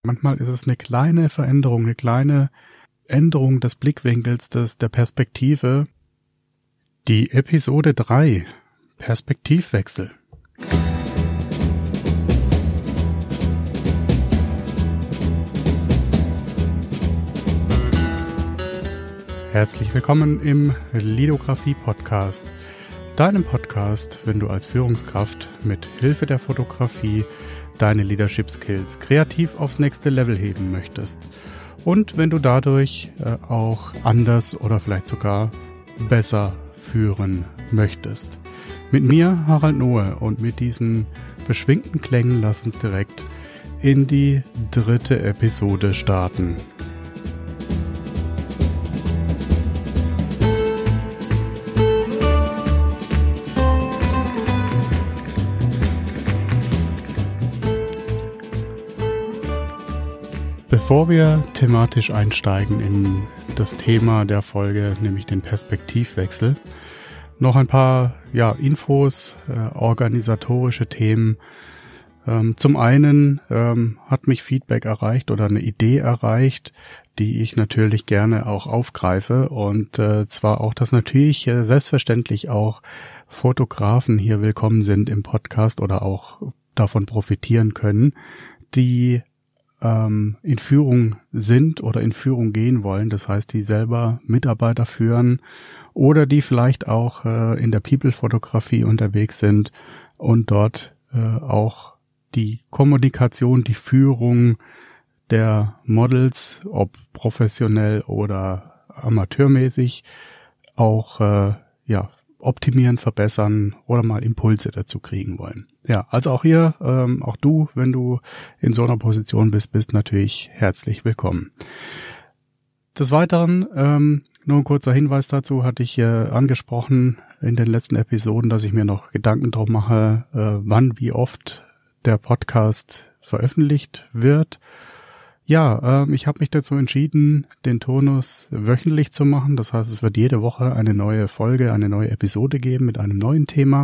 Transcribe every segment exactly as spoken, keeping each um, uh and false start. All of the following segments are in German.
Manchmal ist es eine kleine Veränderung, eine kleine Änderung des Blickwinkels, des, der Perspektive. Die Episode drei, Perspektivwechsel. Herzlich willkommen im Lidografie-Podcast, deinem Podcast, wenn du als Führungskraft mit Hilfe der Fotografie deine Leadership Skills kreativ aufs nächste Level heben möchtest und wenn du dadurch äh, auch anders oder vielleicht sogar besser führen möchtest. Mit mir, Harald Nohe, und mit diesen beschwingten Klängen lass uns direkt in die dritte Episode starten. Bevor wir thematisch einsteigen in das Thema der Folge, nämlich den Perspektivwechsel, noch ein paar ja, Infos, äh, organisatorische Themen. Ähm, zum einen ähm, hat mich Feedback erreicht oder eine Idee erreicht, die ich natürlich gerne auch aufgreife, und äh, zwar auch, dass natürlich äh, selbstverständlich auch Fotografen hier willkommen sind im Podcast oder auch davon profitieren können, die in Führung sind oder in Führung gehen wollen, das heißt, die selber Mitarbeiter führen oder die vielleicht auch äh, in der People-Fotografie unterwegs sind und dort äh, auch die Kommunikation, die Führung der Models, ob professionell oder amateurmäßig, auch äh, ja optimieren, verbessern oder mal Impulse dazu kriegen wollen. Ja, also auch hier, ähm, auch du, wenn du in so einer Position bist, bist natürlich herzlich willkommen. Des Weiteren, ähm, nur ein kurzer Hinweis dazu, hatte ich äh, angesprochen in den letzten Episoden, dass ich mir noch Gedanken drum mache, äh, wann, wie oft der Podcast veröffentlicht wird. Ja, ähm, ich habe mich dazu entschieden, den Turnus wöchentlich zu machen. Das heißt, es wird jede Woche eine neue Folge, eine neue Episode geben mit einem neuen Thema.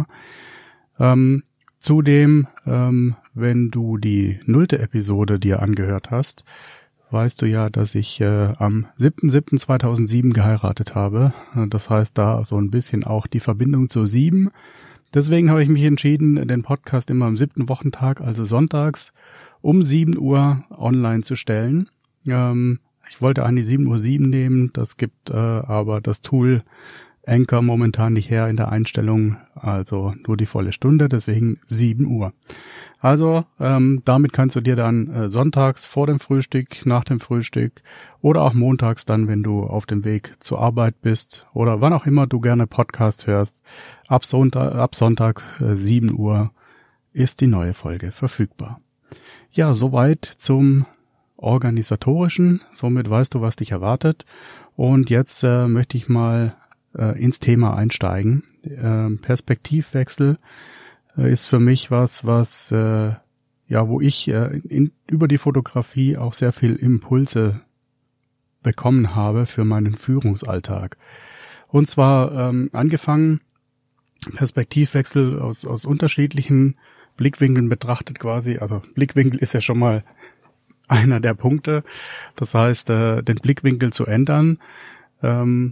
Ähm, zudem, ähm, wenn du die nullte Episode dir angehört hast, weißt du ja, dass ich äh, am siebten siebten zweitausendsieben geheiratet habe. Das heißt, da so ein bisschen auch die Verbindung zur sieben. Deswegen habe ich mich entschieden, den Podcast immer am siebten Wochentag, also sonntags, um sieben Uhr online zu stellen. Ähm, ich wollte eigentlich sieben Uhr sieben nehmen, das gibt äh, aber das Tool Anchor momentan nicht her in der Einstellung, also nur die volle Stunde, deswegen sieben Uhr. Also ähm, damit kannst du dir dann äh, sonntags vor dem Frühstück, nach dem Frühstück oder auch montags dann, wenn du auf dem Weg zur Arbeit bist oder wann auch immer du gerne Podcast hörst, ab Sonntag, ab Sonntag äh, sieben Uhr ist die neue Folge verfügbar. Ja, soweit zum Organisatorischen. Somit weißt du, was dich erwartet. Und jetzt äh, möchte ich mal äh, ins Thema einsteigen. Äh, Perspektivwechsel äh, ist für mich was, was äh, ja, wo ich äh, in, über die Fotografie auch sehr viel Impulse bekommen habe für meinen Führungsalltag. Und zwar ähm, angefangen Perspektivwechsel aus aus unterschiedlichen Blickwinkeln betrachtet quasi, also Blickwinkel ist ja schon mal einer der Punkte, das heißt, äh, den Blickwinkel zu ändern, ähm,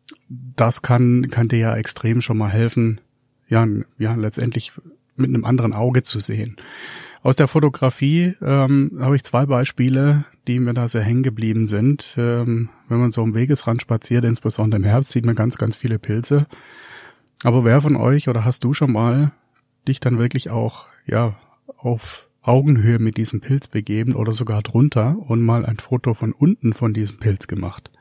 das kann kann dir ja extrem schon mal helfen, ja, ja letztendlich mit einem anderen Auge zu sehen. Aus der Fotografie ähm, habe ich zwei Beispiele, die mir da sehr hängen geblieben sind. Ähm, wenn man so am Wegesrand spaziert, insbesondere im Herbst, sieht man ganz, ganz viele Pilze. Aber wer von euch oder hast du schon mal dich dann wirklich auch ja auf Augenhöhe mit diesem Pilz begeben oder sogar drunter und mal ein Foto von unten von diesem Pilz gemacht?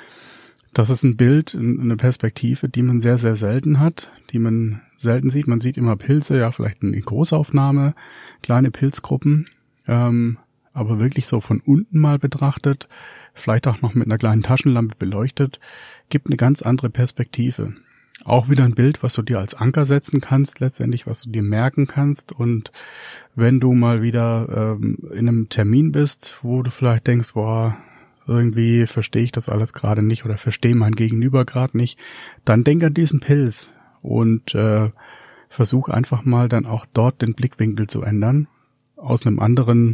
Das ist ein Bild, eine Perspektive, die man sehr, sehr selten hat, die man selten sieht. Man sieht immer Pilze, ja vielleicht in Großaufnahme, kleine Pilzgruppen, ähm, aber wirklich so von unten mal betrachtet, vielleicht auch noch mit einer kleinen Taschenlampe beleuchtet, gibt eine ganz andere Perspektive. Auch wieder ein Bild, was du dir als Anker setzen kannst, letztendlich, was du dir merken kannst. Und wenn du mal wieder ähm, in einem Termin bist, wo du vielleicht denkst, boah, irgendwie verstehe ich das alles gerade nicht oder verstehe mein Gegenüber gerade nicht, dann denk an diesen Pilz und äh, versuch einfach mal dann auch dort den Blickwinkel zu ändern, aus einem anderen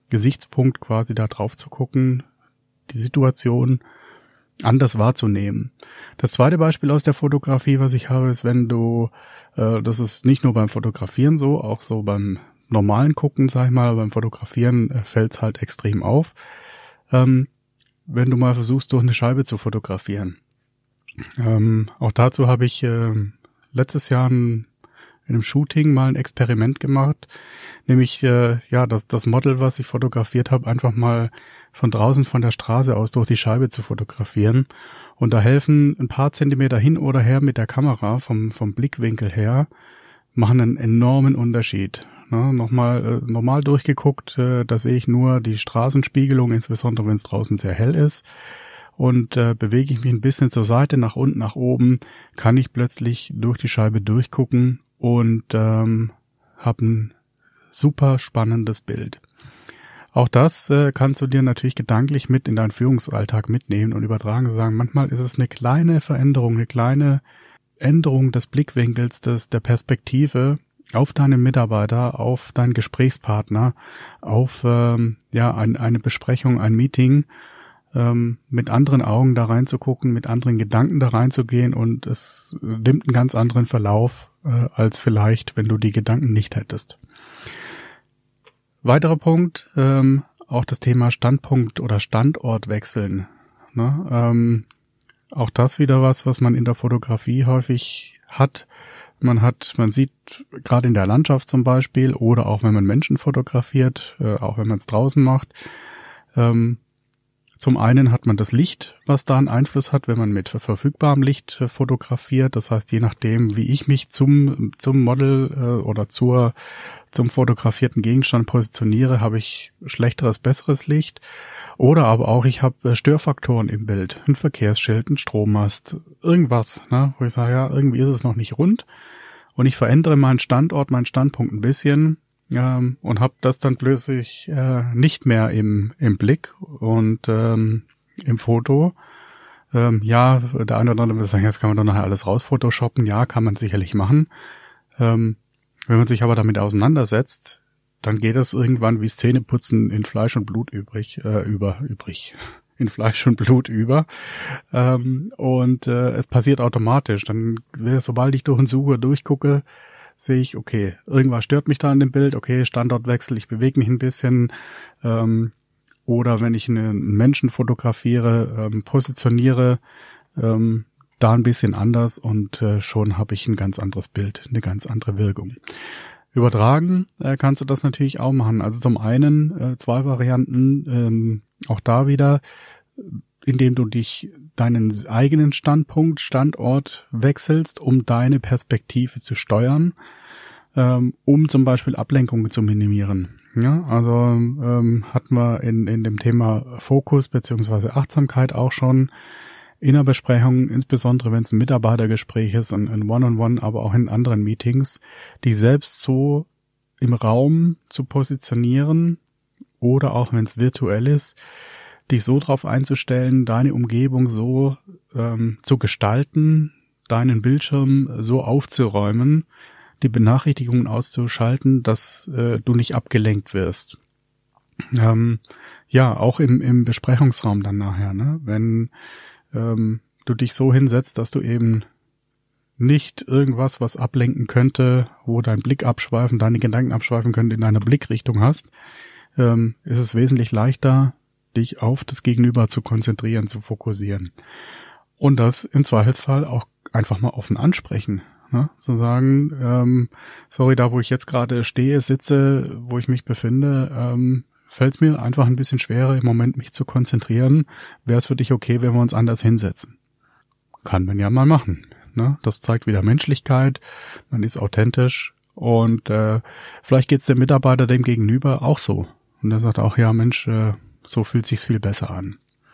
Gesichtspunkt quasi da drauf zu gucken, die Situation anders wahrzunehmen. Das zweite Beispiel aus der Fotografie, was ich habe, ist, wenn du, äh, das ist nicht nur beim Fotografieren so, auch so beim normalen Gucken, sag ich mal, beim Fotografieren äh, fällt es halt extrem auf, ähm, wenn du mal versuchst, durch eine Scheibe zu fotografieren. Ähm, auch dazu habe ich äh, letztes Jahr ein, in einem Shooting mal ein Experiment gemacht, nämlich äh, ja das, das Model, was ich fotografiert habe, einfach mal von draußen von der Straße aus durch die Scheibe zu fotografieren. Und da helfen ein paar Zentimeter hin oder her mit der Kamera vom vom Blickwinkel her, machen einen enormen Unterschied. Ne, nochmal äh, normal durchgeguckt, äh, da sehe ich nur die Straßenspiegelung, insbesondere wenn es draußen sehr hell ist. Und äh, bewege ich mich ein bisschen zur Seite, nach unten, nach oben, kann ich plötzlich durch die Scheibe durchgucken und ähm, habe ein super spannendes Bild. Auch das äh, kannst du dir natürlich gedanklich mit in deinen Führungsalltag mitnehmen und übertragen sagen, manchmal ist es eine kleine Veränderung, eine kleine Änderung des Blickwinkels, des, der Perspektive auf deinen Mitarbeiter, auf deinen Gesprächspartner, auf ähm, ja ein, eine Besprechung, ein Meeting, ähm, mit anderen Augen da reinzugucken, mit anderen Gedanken da reinzugehen und es nimmt einen ganz anderen Verlauf, äh, als vielleicht, wenn du die Gedanken nicht hättest. Weiterer Punkt, ähm, auch das Thema Standpunkt oder Standort wechseln. Ne? Ähm, auch das wieder was, was man in der Fotografie häufig hat. Man hat, man sieht gerade in der Landschaft zum Beispiel oder auch wenn man Menschen fotografiert, äh, auch wenn man es draußen macht. Ähm, zum einen hat man das Licht, was da einen Einfluss hat, wenn man mit verfügbarem Licht äh, fotografiert. Das heißt, je nachdem, wie ich mich zum zum Model äh, oder zur zum fotografierten Gegenstand positioniere, habe ich schlechteres, besseres Licht. Oder aber auch, ich habe Störfaktoren im Bild, ein Verkehrsschild, ein Strommast, irgendwas, ne, wo ich sage, ja, irgendwie ist es noch nicht rund. Und ich verändere meinen Standort, meinen Standpunkt ein bisschen ähm, und habe das dann plötzlich äh, nicht mehr im im Blick und ähm, im Foto. Ähm, ja, der eine oder andere würde sagen, jetzt kann man doch nachher alles raus photoshoppen. Ja, kann man sicherlich machen. Ähm, Wenn man sich aber damit auseinandersetzt, dann geht es irgendwann wie Zähneputzen in Fleisch und Blut übrig, äh, über, übrig, in Fleisch und Blut über. Ähm, und äh, es passiert automatisch. Dann, sobald ich durch den Sucher durchgucke, sehe ich, okay, irgendwas stört mich da an dem Bild, okay, Standortwechsel, ich bewege mich ein bisschen. Ähm, oder wenn ich einen Menschen fotografiere, ähm, positioniere, ähm, da ein bisschen anders und äh, schon habe ich ein ganz anderes Bild, eine ganz andere Wirkung. Übertragen äh, kannst du das natürlich auch machen. Also zum einen äh, zwei Varianten, ähm, auch da wieder, indem du dich deinen eigenen Standpunkt, Standort wechselst, um deine Perspektive zu steuern, ähm, um zum Beispiel Ablenkungen zu minimieren. Ja, also ähm, hatten wir in, in dem Thema Fokus beziehungsweise Achtsamkeit auch schon in der Besprechung, insbesondere wenn es ein Mitarbeitergespräch ist, ein, ein One-on-One, aber auch in anderen Meetings, die selbst so im Raum zu positionieren oder auch wenn es virtuell ist, dich so drauf einzustellen, deine Umgebung so ähm, zu gestalten, deinen Bildschirm so aufzuräumen, die Benachrichtigungen auszuschalten, dass äh, du nicht abgelenkt wirst. Ähm, ja, auch im, im Besprechungsraum dann nachher, ne? Wenn ähm, du dich so hinsetzt, dass du eben nicht irgendwas, was ablenken könnte, wo dein Blick abschweifen, deine Gedanken abschweifen könnte, in deiner Blickrichtung hast, ähm, ist es wesentlich leichter, dich auf das Gegenüber zu konzentrieren, zu fokussieren. Und das im Zweifelsfall auch einfach mal offen ansprechen. Ne? Zu sagen, ähm, sorry, da wo ich jetzt gerade stehe, sitze, wo ich mich befinde, ähm, fällt es mir einfach ein bisschen schwerer, im Moment mich zu konzentrieren. Wäre es für dich okay, wenn wir uns anders hinsetzen? Kann man ja mal machen. Ne? Das zeigt wieder Menschlichkeit, man ist authentisch und äh, vielleicht geht es dem Mitarbeiter dem gegenüber auch so. Und er sagt auch, ja Mensch, äh, so fühlt sich's viel besser an.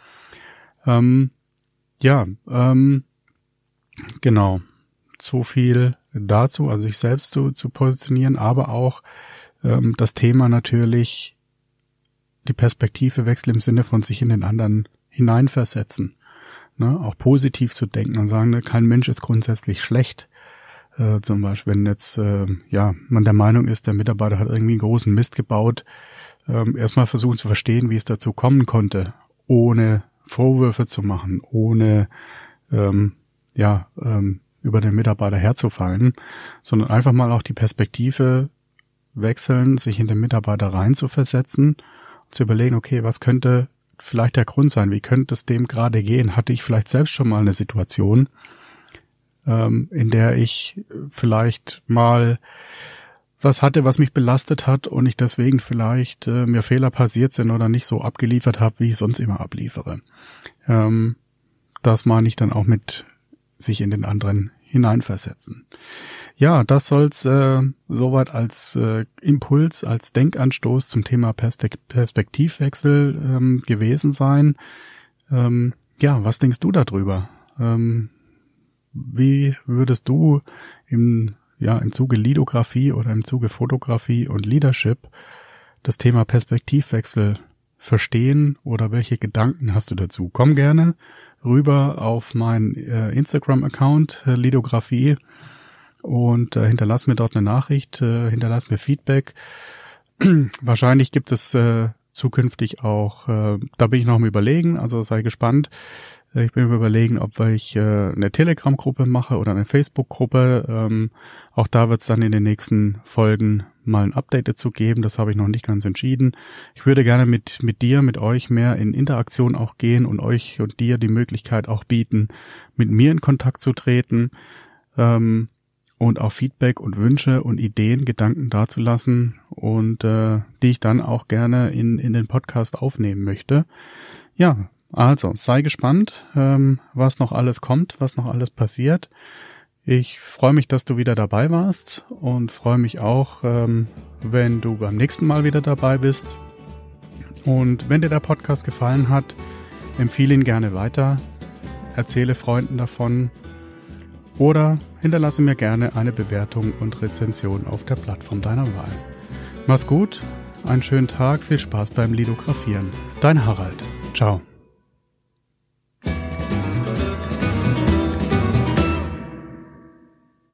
Ähm, ja, ähm, genau. So viel dazu, also sich selbst zu, zu positionieren, aber auch ähm, das Thema natürlich die Perspektive wechseln im Sinne von sich in den anderen hineinversetzen. Ne? Auch positiv zu denken und sagen, ne, kein Mensch ist grundsätzlich schlecht. Äh, zum Beispiel, wenn jetzt äh, ja man der Meinung ist, der Mitarbeiter hat irgendwie einen großen Mist gebaut, ähm, erstmal versuchen zu verstehen, wie es dazu kommen konnte, ohne Vorwürfe zu machen, ohne ähm, ja ähm, über den Mitarbeiter herzufallen, sondern einfach mal auch die Perspektive wechseln, sich in den Mitarbeiter reinzuversetzen, zu überlegen, okay, was könnte vielleicht der Grund sein, wie könnte es dem gerade gehen? Hatte ich vielleicht selbst schon mal eine Situation, ähm, in der ich vielleicht mal was hatte, was mich belastet hat und ich deswegen vielleicht äh, mir Fehler passiert sind oder nicht so abgeliefert habe, wie ich sonst immer abliefere. Ähm, das meine ich dann auch mit sich in den anderen hineinversetzen. Ja, das soll's äh, soweit als äh, Impuls, als Denkanstoß zum Thema Perspe- Perspektivwechsel ähm, gewesen sein. Ähm, ja, was denkst du darüber? Ähm, wie würdest du im ja im Zuge Lidografie oder im Zuge Fotografie und Leadership das Thema Perspektivwechsel verstehen oder welche Gedanken hast du dazu? Komm gerne rüber auf meinen äh, Instagram-Account äh, Lidografie und äh, hinterlass mir dort eine Nachricht, äh, hinterlass mir Feedback. Wahrscheinlich gibt es äh, zukünftig auch, äh, da bin ich noch am Überlegen, also sei gespannt. Ich bin mir überlegen, ob ich äh, eine Telegram-Gruppe mache oder eine Facebook-Gruppe. Ähm, auch da wird es dann in den nächsten Folgen mal ein Update dazu geben. Das habe ich noch nicht ganz entschieden. Ich würde gerne mit mit dir, mit euch mehr in Interaktion auch gehen und euch und dir die Möglichkeit auch bieten, mit mir in Kontakt zu treten ähm, und auch Feedback und Wünsche und Ideen, Gedanken dazulassen und äh, die ich dann auch gerne in in den Podcast aufnehmen möchte. Ja. Also, sei gespannt, ähm, was noch alles kommt, was noch alles passiert. Ich freue mich, dass du wieder dabei warst und freue mich auch, ähm, wenn du beim nächsten Mal wieder dabei bist. Und wenn dir der Podcast gefallen hat, empfehle ihn gerne weiter, erzähle Freunden davon oder hinterlasse mir gerne eine Bewertung und Rezension auf der Plattform deiner Wahl. Mach's gut, einen schönen Tag, viel Spaß beim Lidografieren. Dein Harald. Ciao.